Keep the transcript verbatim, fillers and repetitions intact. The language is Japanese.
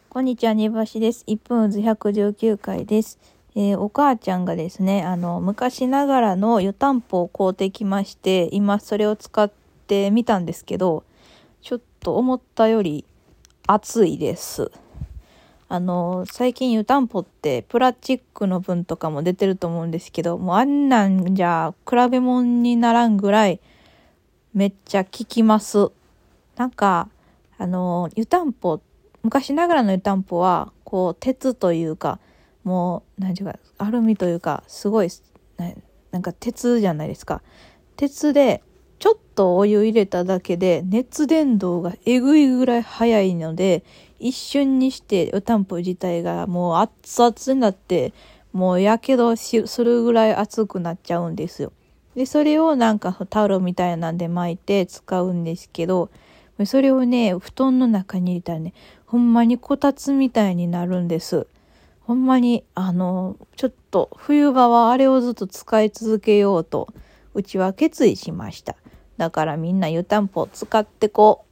こんにちは、にばしです。いっぷんうずひゃくじゅうきゅうかいです。えー、お母ちゃんがですね、あの、昔ながらの湯たんぽを買うてきまして、今それを使ってみたんですけど、ちょっと思ったより熱いです。あの、最近湯たんぽってプラスチックの分とかも出てると思うんですけど、もうあんなんじゃ比べ物にならんぐらいめっちゃ効きます。なんか、あの、湯たんぽ、昔ながらの湯たんぽは、こう、鉄というか、もう、なんていうか、アルミというか、すごい、な、なんか鉄じゃないですか。鉄で、ちょっとお湯入れただけで、熱伝導がえぐいぐらい早いので、一瞬にして湯たんぽ自体がもう熱々になって、もうやけどしするぐらい熱くなっちゃうんですよ。で、それをなんかタオルみたいなんで巻いて使うんですけど、それをね、布団の中に入れたらね、ほんまにこたつみたいになるんです。ほんまに、あの、ちょっと冬場はあれをずっと使い続けようと、うちは決意しました。だからみんな湯たんぽ使ってこう。